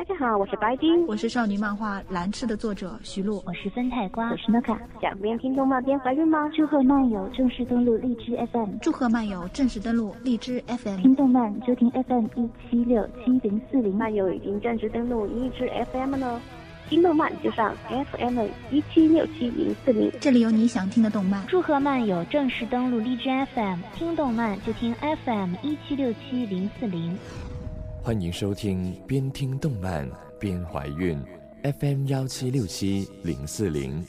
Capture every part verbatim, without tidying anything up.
大家好，我是白金， 我是少女漫画《蓝痴》的作者徐璐， 我是分太瓜， 我是诺卡。 想边听动漫边怀孕吗？ 祝贺漫友正式登录荔枝 F M， 祝贺漫友正式登录荔枝 F M， 听动漫就听 F M 一七六七零四零， 漫友已经正式登录荔枝 F M 了。听动漫就上 F M 一七六七零四零， 这里有你想听的动漫。 祝贺漫友正式登录荔枝 F M， 听动漫就听 F M 一七六七零四零。 欢迎收听边听动漫边怀孕 F M 一七六七零四零。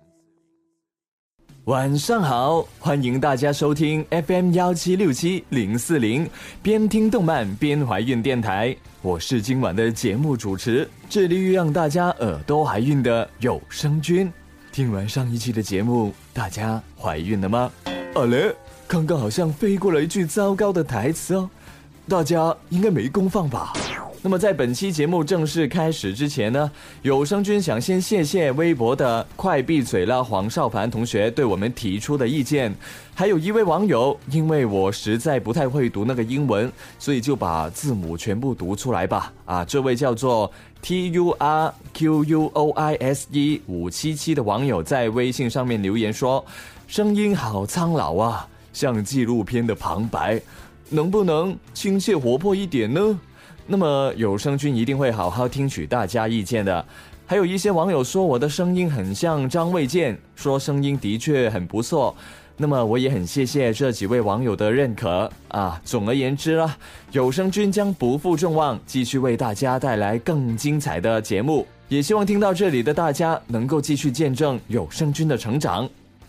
晚上好，欢迎大家收听 F M 一七六七零四零边听动漫边怀孕电台，我是今晚的节目主持，致力于让大家耳朵怀孕的有声君。听完上一期的节目，大家怀孕了吗？啊嘞，刚刚好像飞过了一句糟糕的台词哦，大家应该没公放吧？那么在本期节目正式开始之前呢，有声君想先谢谢微博的快闭嘴了黄少凡同学对我们提出的意见，还有一位网友，因为我实在不太会读那个英文，所以就把字母全部读出来吧。啊，这位叫做 T U R Q U O I S E 五七七的网友在微信上面留言说，声音好苍老啊，像纪录片的旁白，能不能亲切活泼一点呢？那么有声君一定会好好听取大家意见的。还有一些网友说我的声音很像张卫健，说声音的确很不错，那么我也很谢谢这几位网友的认可啊。总而言之啦，有声君将不负众望，继续为大家带来更精彩的节目，也希望听到这里的大家能够继续见证有声君的成长。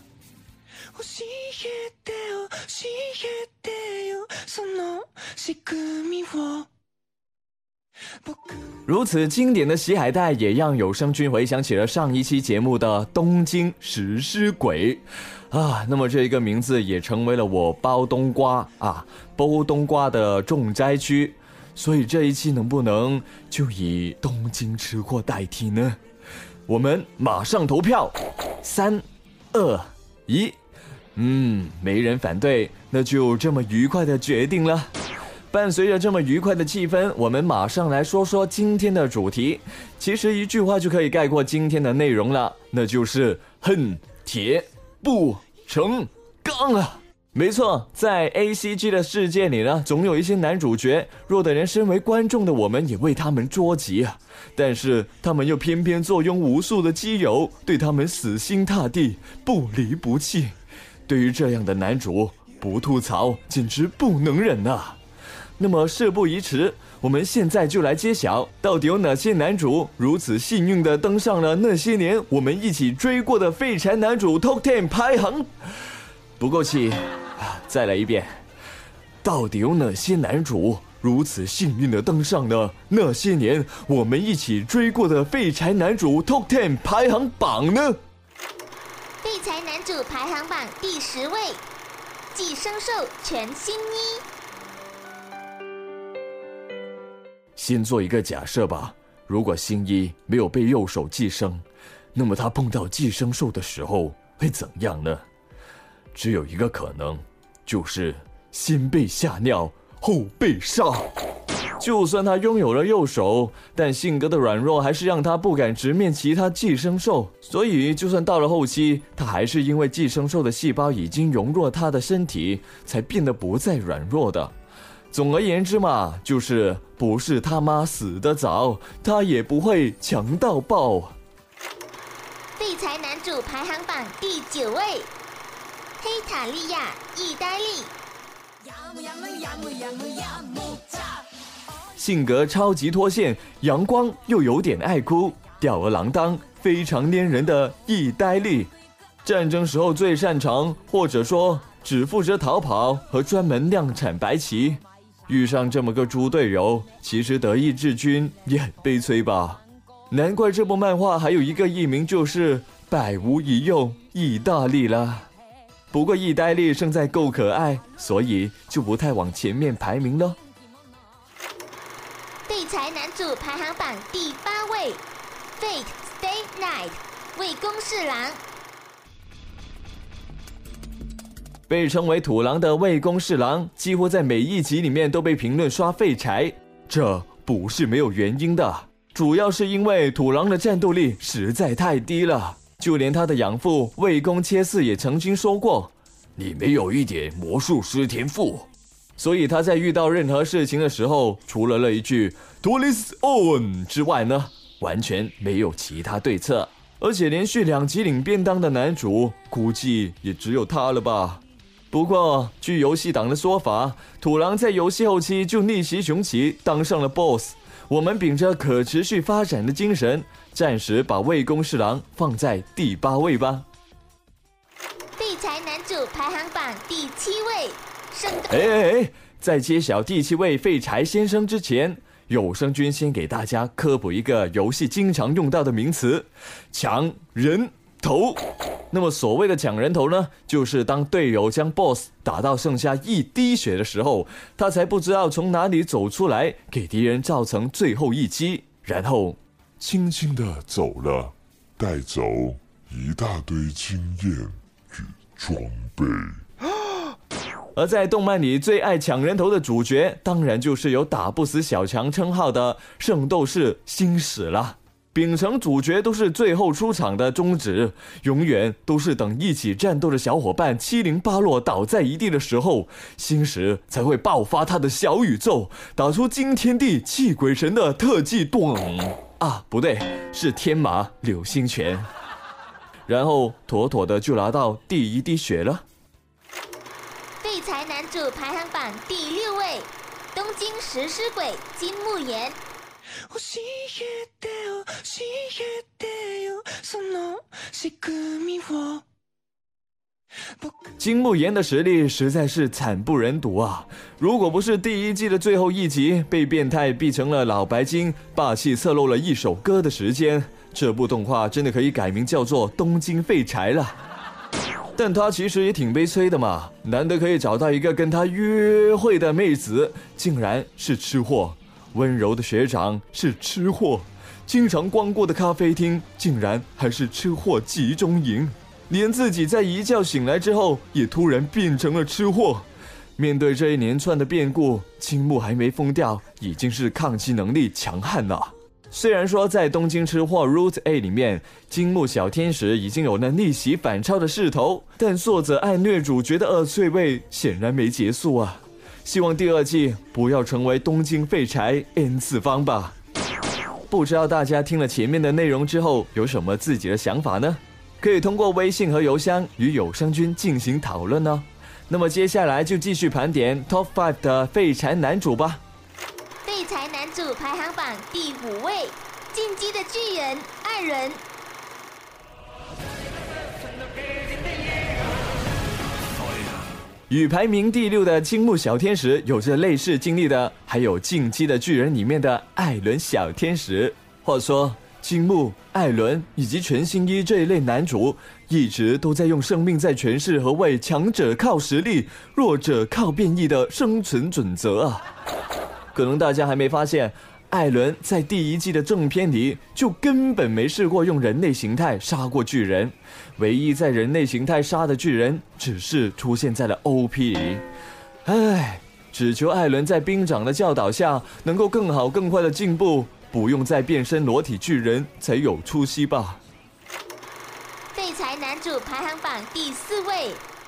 如此经典的洗海带也让有声君回想起了上一期节目的东京食尸鬼啊，那么这一个名字也成为了我包冬瓜啊包冬瓜的重灾区，所以这一期能不能就以东京吃货代替呢？我们马上投票，三二一，嗯，没人反对，那就这么愉快的决定了。伴随着这么愉快的气氛，我们马上来说说今天的主题。其实一句话就可以概括今天的内容了，那就是恨铁不成钢啊！没错，在 A C G 的世界里呢，总有一些男主角，弱的人身为观众的我们也为他们捉急啊，但是他们又偏偏坐拥无数的基友，对他们死心塌地，不离不弃。对于这样的男主，不吐槽简直不能忍啊！那么事不宜迟，我们现在就来揭晓，到底有哪些男主如此幸运地登上了那些年我们一起追过的废柴男主 Top 十 排行。不够气，再来一遍，到底有哪些男主如此幸运地登上了那些年我们一起追过的废柴男主 Top 十 排行榜呢？ 废柴男主排行榜第十位，寄生兽全新一。 先做一个假设吧，如果新一没有被右手寄生，那么他碰到寄生兽的时候会怎样呢？只有一个可能，就是先被吓尿后被杀。就算他拥有了右手，但性格的软弱还是让他不敢直面其他寄生兽，所以就算到了后期，他还是因为寄生兽的细胞已经融入他的身体，才变得不再软弱的。总而言之嘛，就是不是他妈死得早，他也不会强到爆。 废柴男主排行榜第九位，黑塔利亚意大利。 性格超级脱线，阳光又有点爱哭，吊儿郎当，非常粘人的意大利。战争时候最擅长，或者说只负责逃跑和专门量产白旗。遇上这么个猪队友，其实德意志军也很悲催吧。难怪这部漫画还有一个译名就是百无一用意大利啦。不过意大利胜在够可爱，所以就不太往前面排名了。 废柴男主排行榜第八位， Fate Stay Night 魏公侍郎。 被称为土狼的魏公侍郎，几乎在每一集里面都被评论刷废柴，这不是没有原因的。 主要是因为土狼的战斗力实在太低了，就连他的养父魏公切嗣也曾经说过，你没有一点魔术师天赋。所以他在遇到任何事情的时候，除了那一句 Tolis on 之外呢，完全没有其他对策。而且连续两集领便当的男主，估计也只有他了吧。不过据游戏党的说法，土狼在游戏后期就逆袭雄起，当上了 boss。 我们秉着可持续发展的精神，暂时把魏公侍郎放在第八位吧。 废柴男主排行榜第七位，圣哎哎哎，在揭晓第七位废柴先生之前，有声君先给大家科普一个游戏经常用到的名词：抢人头。那么所谓的抢人头呢，就是当队友将 boss 打到剩下一滴血的时候，他才不知道从哪里走出来，给敌人造成最后一击，然后轻轻地走了，带走一大堆经验与装备。 而在动漫里最爱抢人头的主角，当然就是有打不死小强称号的圣斗士星矢了。秉承主角都是最后出场的宗旨，永远都是等一起战斗的小伙伴七零八落倒在一地的时候，星矢才会爆发他的小宇宙，打出惊天地泣鬼神的特技咚啊，不对，是天马流星拳，然后妥妥的就拿到第一滴血了。 废柴男主排行榜第六位，东京食尸鬼金木研。 金木研的实力实在是惨不忍睹啊！如果不是第一季的最后一集被变态逼成了老白金，霸气侧漏了一首歌的时间，这部动画真的可以改名叫做《东京废柴》了。但他其实也挺悲催的嘛，难得可以找到一个跟他约会的妹子，竟然是吃货。温柔的学长是吃货，经常光顾的咖啡厅竟然还是吃货集中营，连自己在一觉醒来之后也突然变成了吃货。面对这一连串的变故，青木还没疯掉，已经是抗击能力强悍了。虽然说在东京吃货 Route A 里面，金木小天使已经有了逆袭反超的势头，但作者爱虐主角的恶趣味显然没结束啊。希望第二季不要成为东京废柴 N 次方吧。不知道大家听了前面的内容之后有什么自己的想法呢？可以通过微信和邮箱与有声君进行讨论哦。那么接下来就继续盘点 Top 五 的废柴男主吧。 废柴男主排行榜第五位，进击的巨人艾伦。 与排名第六的青木小天使有着类似经历的，还有进击的巨人里面的艾伦小天使。话说青木、艾伦以及全新一这一类男主，一直都在用生命在诠释何谓强者靠实力，弱者靠变异的生存准则啊。可能大家还没发现，艾伦在第一季的正片里就根本没试过用人类形态杀过巨人，唯一在人类形态杀的巨人只是出现在了 O P 里。唉，只求艾伦在兵长的教导下能够更好更快的进步，不用再变身裸体巨人才有出息吧。 废柴男主排行榜第四位，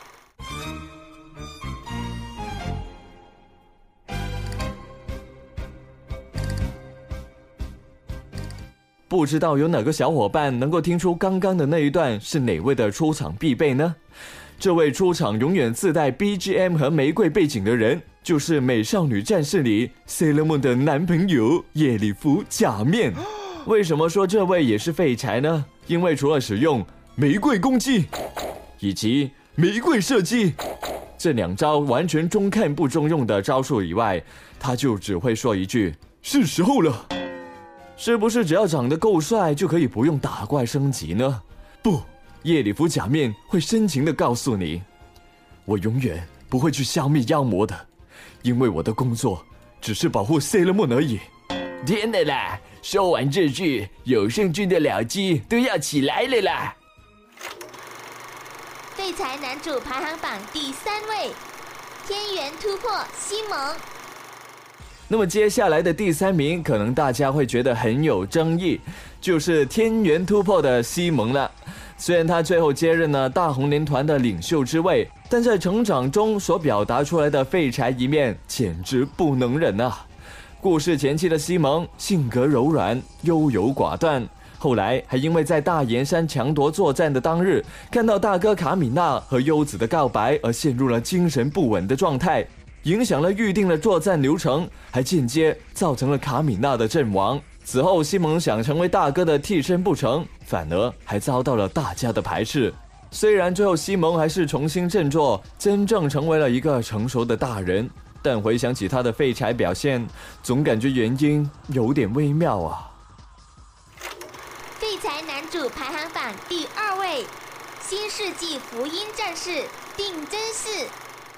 不知道有哪个小伙伴能够听出刚刚的那一段是哪位的出场必备呢？这位出场永远自带 B G M 和玫瑰背景的人，就是美少女战士里 Sailor Moon 的男朋友叶里夫假面。为什么说这位也是废柴呢？因为除了使用玫瑰攻击以及玫瑰射击这两招完全中看不中用的招数以外，他就只会说一句是时候了。是不是只要长得够帅就可以不用打怪升级呢？不，叶里夫假面会深情地告诉你，我永远不会去消灭妖魔的，因为我的工作只是保护 Sailor Moon 而已。天哪啦，说完这句，有声君的了鸡都要起来了啦。 废柴男主排行榜第三位，天元突破西蒙。 那么接下来的第三名可能大家会觉得很有争议，就是天元突破的西蒙了。虽然他最后接任了大红莲团的领袖之位，但在成长中所表达出来的废柴一面简直不能忍啊。故事前期的西蒙性格柔软，优柔寡断，后来还因为在大岩山强夺作战的当日，看到大哥卡米娜和优子的告白而陷入了精神不稳的状态，影响了预定的作战流程，还间接造成了卡米娜的阵亡。此后西蒙想成为大哥的替身不成，反而还遭到了大家的排斥。虽然最后西蒙还是重新振作，真正成为了一个成熟的大人，但回想起他的废柴表现，总感觉原因有点微妙啊。 废柴男主排行榜第二位，新世纪福音战士定真寺。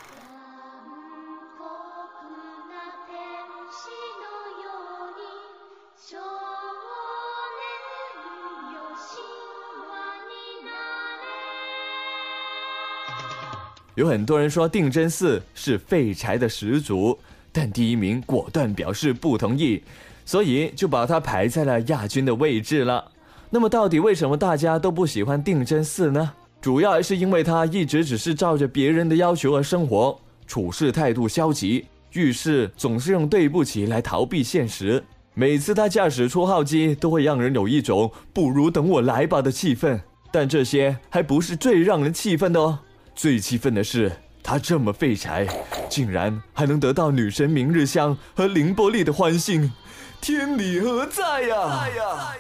有很多人说定真寺是废柴的始祖，但第一名果断表示不同意，所以就把他排在了亚军的位置了。那么到底为什么大家都不喜欢定真寺呢？主要还是因为他一直只是照着别人的要求而生活，处事态度消极，遇事总是用对不起来逃避现实。每次他驾驶出号机都会让人有一种不如等我来吧的气氛，但这些还不是最让人气愤的哦。最气愤的是，他这么废柴，竟然还能得到女神明日香和凌波丽的欢心，天理何在呀？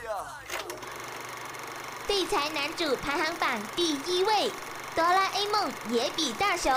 废柴男主排行榜第一位，哆啦 A 梦野比大雄。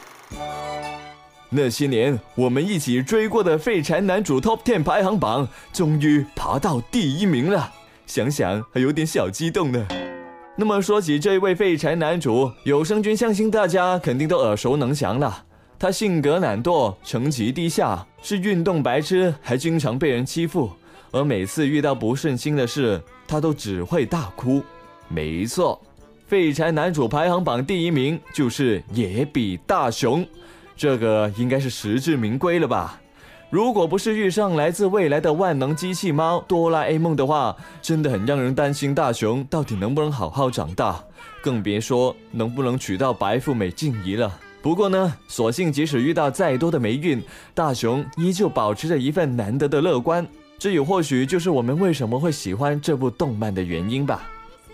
那些年我们一起追过的废柴男主 Top 十 排行榜，终于爬到第一名了，想想还有点小激动呢。那么说起这位废柴男主，有声君相信大家肯定都耳熟能详了。他性格懒惰，成绩低下，是运动白痴，还经常被人欺负，而每次遇到不顺心的事，他都只会大哭。没错，废柴男主排行榜第一名就是野比大雄，这个应该是实至名归了吧。如果不是遇上来自未来的万能机器猫哆啦 A 梦的话，真的很让人担心大雄到底能不能好好长大，更别说能不能娶到白富美静怡了。不过呢，所幸即使遇到再多的霉运，大雄依旧保持着一份难得的乐观，这也或许就是我们为什么会喜欢这部动漫的原因吧。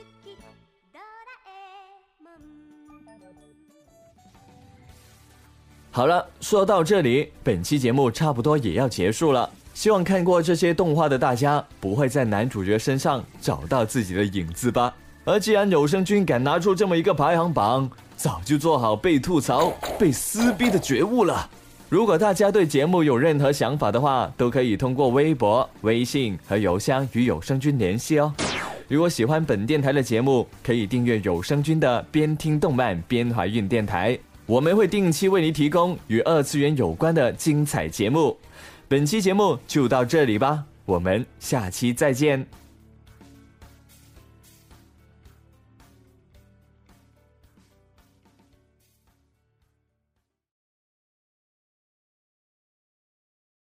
好了，说到这里，本期节目差不多也要结束了。希望看过这些动画的大家不会在男主角身上找到自己的影子吧。而既然有声君敢拿出这么一个排行榜，早就做好被吐槽、被撕逼的觉悟了。如果大家对节目有任何想法的话，都可以通过微博、微信和邮箱与有声君联系哦。如果喜欢本电台的节目，可以订阅有声君的边听动漫边怀孕电台，我们会定期为您提供与二次元有关的精彩节目。本期节目就到这里吧，我们下期再见。